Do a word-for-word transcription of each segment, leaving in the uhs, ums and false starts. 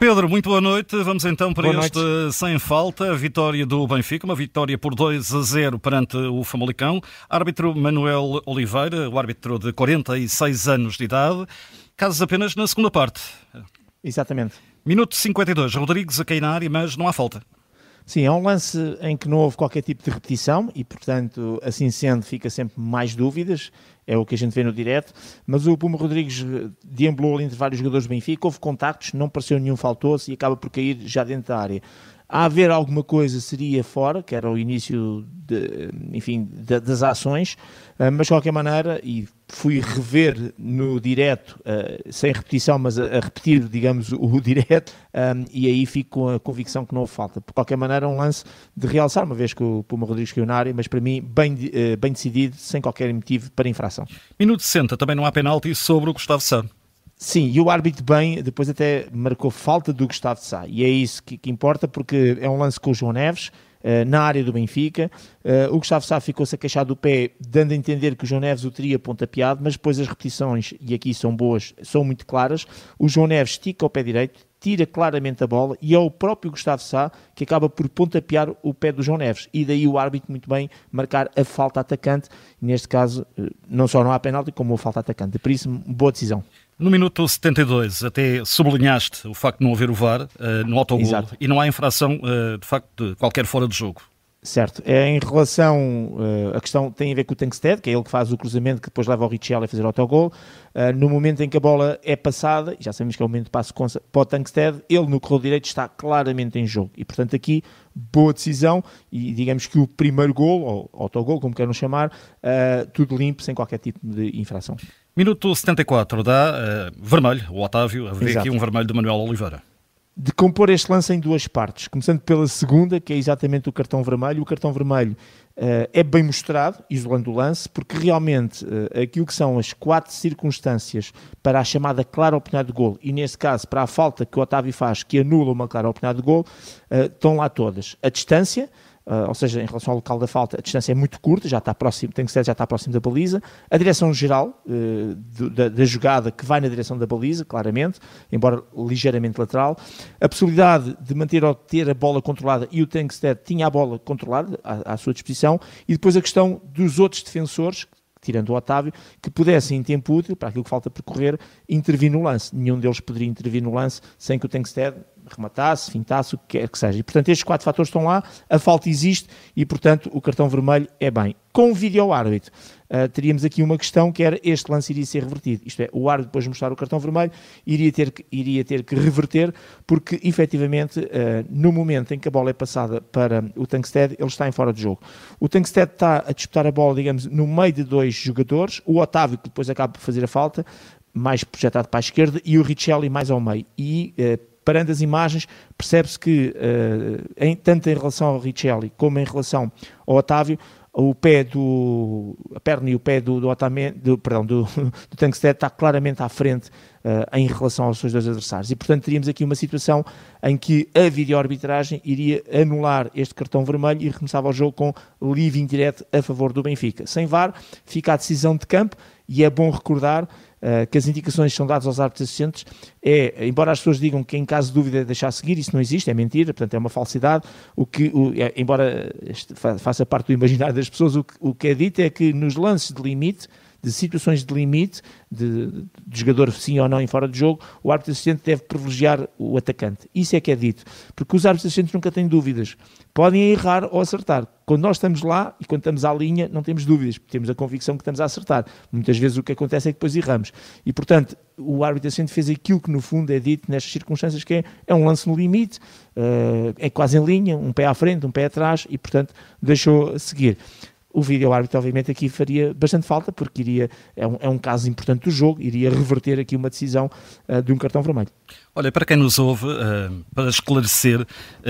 Pedro, muito boa noite. Vamos então para Boa este noite. Sem Falta, a vitória do Benfica, uma vitória por dois a zero perante o Famalicão. Árbitro Manuel Oliveira, o árbitro de quarenta e seis anos de idade, casos apenas na segunda parte. Exatamente. Minuto cinquenta e dois, Rodrigues a cair na área, mas não há falta. Sim, é um lance em que não houve qualquer tipo de repetição e, portanto, assim sendo, fica sempre mais dúvidas. É o que a gente vê no direto. Mas o Puma Rodrigues deambulou ali entre vários jogadores do Benfica, houve contactos, não pareceu nenhum faltoso e acaba por cair já dentro da área. A haver alguma coisa seria fora, que era o início de, enfim, de, das ações, mas de qualquer maneira, e fui rever no direto, uh, sem repetição, mas a, a repetir, digamos, o, o direto, um, e aí fico com a convicção que não houve falta. De qualquer maneira, um lance de realçar, uma vez que o Puma Rodrigues caiu na área, mas para mim, bem, uh, bem decidido, sem qualquer motivo para infração. Minuto sessenta, também não há penalti sobre o Gustavo Sá. Sim, e o árbitro bem, depois até marcou falta do Gustavo Sá, e é isso que, que importa, porque é um lance com o João Neves, uh, na área do Benfica. Uh, o Gustavo Sá ficou-se a queixar do pé, dando a entender que o João Neves o teria pontapeado, mas depois as repetições, e aqui são boas, são muito claras. O João Neves estica o pé direito, tira claramente a bola, e é o próprio Gustavo Sá que acaba por pontapear o pé do João Neves, e daí o árbitro muito bem marcar a falta atacante. Neste caso, não só não há penalti, como a falta atacante. Por isso, boa decisão. No minuto setenta e dois, até sublinhaste o facto de não haver o V A R uh, no autogol. Exato. E não há infração, uh, de facto, de qualquer fora de jogo. Certo. É, em relação, uh, a questão tem a ver com o Tankstead, que é ele que faz o cruzamento que depois leva o Richelli a fazer o autogol. Uh, no momento em que a bola é passada, já sabemos que é o momento de passo para o Tankstead, ele no corredor direito está claramente em jogo. E, portanto, aqui, boa decisão. E digamos que o primeiro gol, ou autogol, como queiram chamar, uh, tudo limpo, sem qualquer tipo de infração. Minuto setenta e quatro, dá uh, vermelho, o Otávio, a ver Exato. aqui um vermelho de Manuel Oliveira. De compor este lance em duas partes, começando pela segunda, que é exatamente o cartão vermelho. O cartão vermelho uh, é bem mostrado, isolando o lance, porque realmente uh, aquilo que são as quatro circunstâncias para a chamada clara oportunidade de golo, e nesse caso para a falta que o Otávio faz, que anula uma clara oportunidade de golo, uh, estão lá todas. A distância, Uh, ou seja, em relação ao local da falta, a distância é muito curta, já está próximo, tem que ser, já está próximo da baliza. A direção geral uh, do, da, da jogada, que vai na direção da baliza, claramente, embora ligeiramente lateral. A possibilidade de manter ou ter a bola controlada, e o Tankstead tinha a bola controlada à, à sua disposição. E depois a questão dos outros defensores, tirando o Otávio, que pudessem, em tempo útil, para aquilo que falta percorrer, intervir no lance. Nenhum deles poderia intervir no lance sem que o Tankstead rematasse, fintasse, o que quer que seja. E, portanto, estes quatro fatores estão lá, a falta existe e, portanto, o cartão vermelho é bem. Com o vídeo-árbitro, uh, teríamos aqui uma questão que era este lance iria ser revertido. Isto é, o árbitro depois de mostrar o cartão vermelho iria ter que, iria ter que reverter, porque, efetivamente, uh, no momento em que a bola é passada para o Tankstead, ele está em fora de jogo. O Tankstead está a disputar a bola, digamos, no meio de dois jogadores, o Otávio, que depois acaba por fazer a falta, mais projetado para a esquerda, e o Richelli mais ao meio. E, uh, parando as imagens, percebe-se que, uh, em, tanto em relação ao Richelli como em relação ao Otávio, o pé do, a perna e o pé do, do, Otame, do, perdão, do, do Tankstead está claramente à frente uh, em relação aos seus dois adversários. E, portanto, teríamos aqui uma situação em que a videoarbitragem iria anular este cartão vermelho e recomeçava o jogo com livre indireto a favor do Benfica. Sem V A R, fica a decisão de campo, e é bom recordar Uh, que as indicações que são dadas aos árbitros assistentes é, embora as pessoas digam que em caso de dúvida deixar seguir, isso não existe, é mentira, portanto é uma falsidade. O que, o, é, embora este faça parte do imaginário das pessoas, o que, o que é dito é que nos lances de limite, de situações de limite, de, de jogador sim ou não em fora de jogo, o árbitro assistente deve privilegiar o atacante. Isso é que é dito, porque os árbitros assistentes nunca têm dúvidas. Podem errar ou acertar. Quando nós estamos lá e quando estamos à linha, não temos dúvidas, porque temos a convicção que estamos a acertar. Muitas vezes o que acontece é que depois erramos. E, portanto, o árbitro assistente fez aquilo que, no fundo, é dito nestas circunstâncias, que é, é um lance no limite, uh, é quase em linha, um pé à frente, um pé atrás, e, portanto, deixou seguir. O vídeo-árbitro, obviamente, aqui faria bastante falta, porque iria, é, um, é um caso importante do jogo, iria reverter aqui uma decisão uh, de um cartão vermelho. Olha, para quem nos ouve, uh, para esclarecer,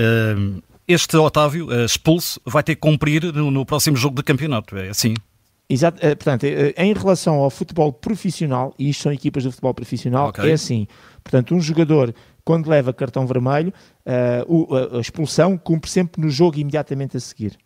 uh, este Otávio, uh, expulso, vai ter que cumprir no, no próximo jogo de campeonato, é assim? Exato, uh, portanto, uh, em relação ao futebol profissional, e isto são equipas de futebol profissional, okay. É assim, portanto, um jogador, quando leva cartão vermelho, uh, o, a, a expulsão cumpre sempre no jogo imediatamente a seguir.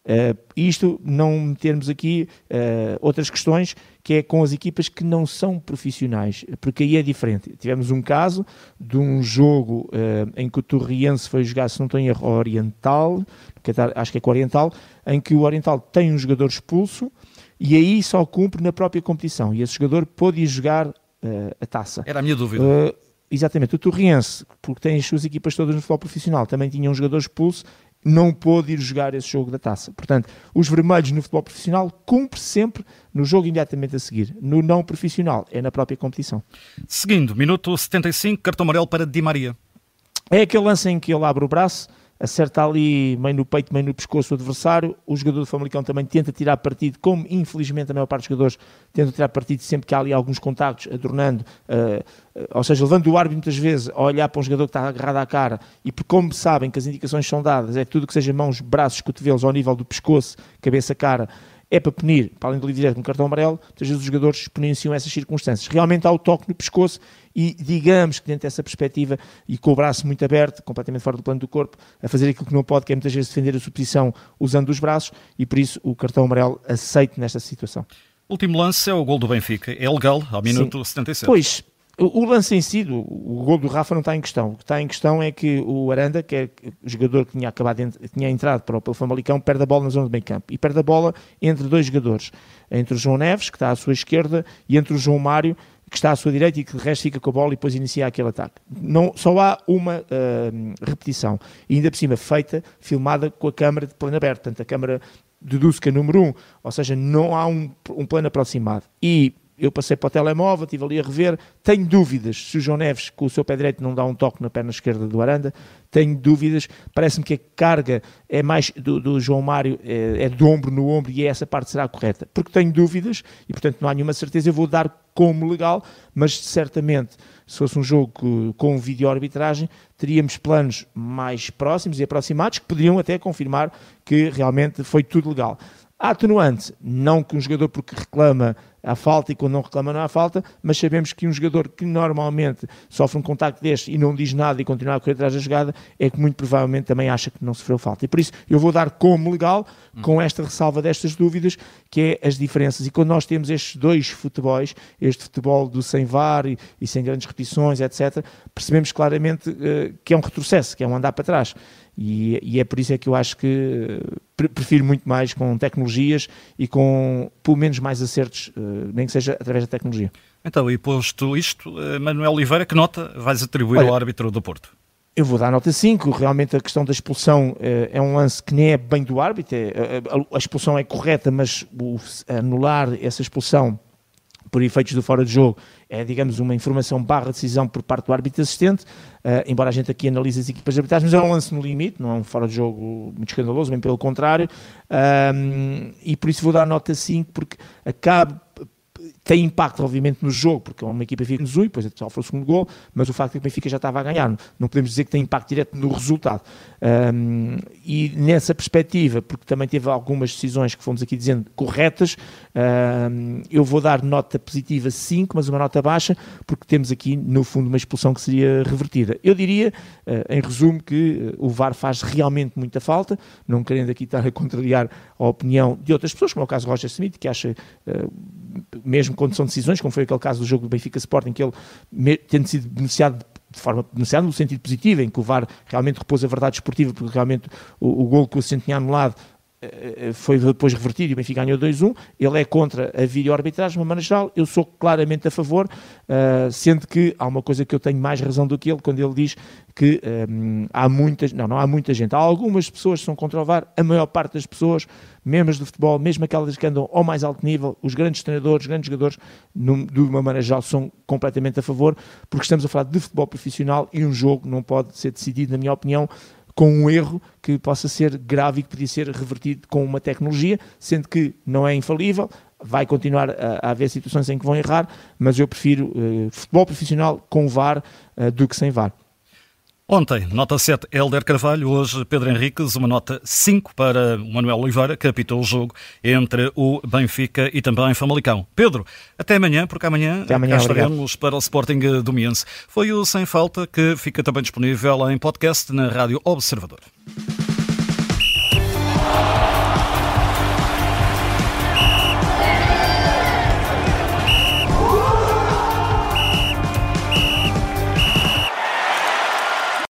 Uh, isto não metermos aqui uh, outras questões, que é com as equipas que não são profissionais, porque aí é diferente. Tivemos um caso de um jogo uh, em que o Torriense foi jogar, se não estou em erro, Oriental, acho que é com o Oriental, em que o Oriental tem um jogador expulso e aí só cumpre na própria competição, e esse jogador pôde ir jogar uh, a taça. Era a minha dúvida. Uh, exatamente, o Torriense, porque tem as suas equipas todas no futebol profissional, também tinha um jogador expulso, não pôde ir jogar esse jogo da taça. Portanto, os vermelhos no futebol profissional cumpre sempre no jogo imediatamente a seguir. No não profissional, é na própria competição. Seguindo, minuto setenta e cinco, cartão amarelo para Di Maria. É aquele lance em que ele abre o braço, acerta ali meio no peito, meio no pescoço o adversário. O jogador do Famalicão também tenta tirar partido, como infelizmente a maior parte dos jogadores tenta tirar partido sempre que há ali alguns contactos, adornando, uh, uh, ou seja, levando o árbitro muitas vezes a olhar para um jogador que está agarrado à cara, e por como sabem que as indicações são dadas, é tudo que seja mãos, braços, cotovelos ao nível do pescoço, cabeça, cara, é para punir, para além do livre direto com cartão amarelo, muitas vezes os jogadores exponenciam essas circunstâncias. Realmente há o toque no pescoço e digamos que dentro dessa perspectiva e com o braço muito aberto, completamente fora do plano do corpo, a fazer aquilo que não pode, que é muitas vezes defender a sua posição usando os braços, e por isso o cartão amarelo aceito nesta situação. O último lance é o gol do Benfica. É legal, ao minuto Sim. setenta e sete. Pois, o lance em si, o, o gol do Rafa não está em questão. O que está em questão é que o Aranda, que é o jogador que tinha, acabado de, tinha entrado para o, pelo Famalicão, perde a bola na zona de meio campo. E perde a bola entre dois jogadores. Entre o João Neves, que está à sua esquerda, e entre o João Mário, que está à sua direita e que de resto fica com a bola e depois inicia aquele ataque. Não, só há uma uh, repetição. E ainda por cima, feita, filmada com a câmara de plano aberto. Portanto, a câmara deduz que é número um. Ou seja, não há um, um plano aproximado. E eu passei para o telemóvel, estive ali a rever, tenho dúvidas se o João Neves com o seu pé direito não dá um toque na perna esquerda do Aranda, tenho dúvidas, parece-me que a carga é mais do, do João Mário, é, é de ombro no ombro, e essa parte será correta, porque tenho dúvidas e portanto não há nenhuma certeza. Eu vou dar como legal, mas certamente se fosse um jogo com vídeo-arbitragem teríamos planos mais próximos e aproximados que poderiam até confirmar que realmente foi tudo legal. Há atenuante, não que um jogador porque reclama a falta e quando não reclama não há falta, mas sabemos que um jogador que normalmente sofre um contacto deste e não diz nada e continua a correr atrás da jogada, é que muito provavelmente também acha que não sofreu falta. E por isso eu vou dar como legal, com esta ressalva destas dúvidas, que é as diferenças. E quando nós temos estes dois futebols, este futebol do sem V A R e, e sem grandes repetições, etcétera, percebemos claramente uh, que é um retrocesso, que é um andar para trás. E, e é por isso é que eu acho que uh, prefiro muito mais com tecnologias e com, pelo menos, mais acertos, uh, nem que seja através da tecnologia. Então, e posto isto, uh, Manuel Oliveira, que nota vais atribuir Olha, ao árbitro do Porto? Eu vou dar nota cinco. Realmente a questão da expulsão uh, é um lance que nem é bem do árbitro. É, a, a expulsão é correta, mas o, anular essa expulsão por efeitos do fora de jogo é, digamos, uma informação barra decisão por parte do árbitro assistente, uh, embora a gente aqui analise as equipas de arbitragem, mas é um lance no limite, não é um fora de jogo muito escandaloso, bem pelo contrário, um, e por isso vou dar nota cinco, porque acaba, tem impacto obviamente no jogo, porque uma equipa fica no um e depois sofre o segundo gol, mas o facto de que o Benfica já estava a ganhar, não podemos dizer que tem impacto direto no resultado. Um, e nessa perspectiva, porque também teve algumas decisões que fomos aqui dizendo corretas, um, eu vou dar nota positiva cinco, mas uma nota baixa, porque temos aqui no fundo uma expulsão que seria revertida. Eu diria, uh, em resumo, que uh, o V A R faz realmente muita falta, não querendo aqui estar a contrariar a opinião de outras pessoas, como é o caso de Roger Smith, que acha, uh, mesmo quando são decisões, como foi aquele caso do jogo do Benfica Sporting, que ele, tendo sido beneficiado de forma beneficiada no sentido positivo, em que o V A R realmente repôs a verdade esportiva, porque realmente o, o gol que o Centro tinha anulado foi depois revertido e o Benfica ganhou dois a um. Ele é contra a vídeo-arbitragem, de uma maneira geral. Eu sou claramente a favor, uh, sendo que há uma coisa que eu tenho mais razão do que ele, quando ele diz que um, há muitas, não, não há muita gente, há algumas pessoas que são contra o V A R, a maior parte das pessoas, membros do futebol, mesmo aquelas que andam ao mais alto nível, os grandes treinadores, os grandes jogadores, num, de uma maneira geral, são completamente a favor, porque estamos a falar de futebol profissional e um jogo não pode ser decidido, na minha opinião, com um erro que possa ser grave e que podia ser revertido com uma tecnologia, sendo que não é infalível, vai continuar a, a haver situações em que vão errar, mas eu prefiro uh, futebol profissional com V A R uh, do que sem V A R. Ontem, nota sete, Hélder Carvalho. Hoje, Pedro Henriques, uma nota cinco para o Manuel Oliveira, que apitou o jogo entre o Benfica e também Famalicão. Pedro, até amanhã, porque amanhã, até amanhã cá estaremos para o Sporting Domiense. Foi o Sem Falta, que fica também disponível em podcast na Rádio Observador.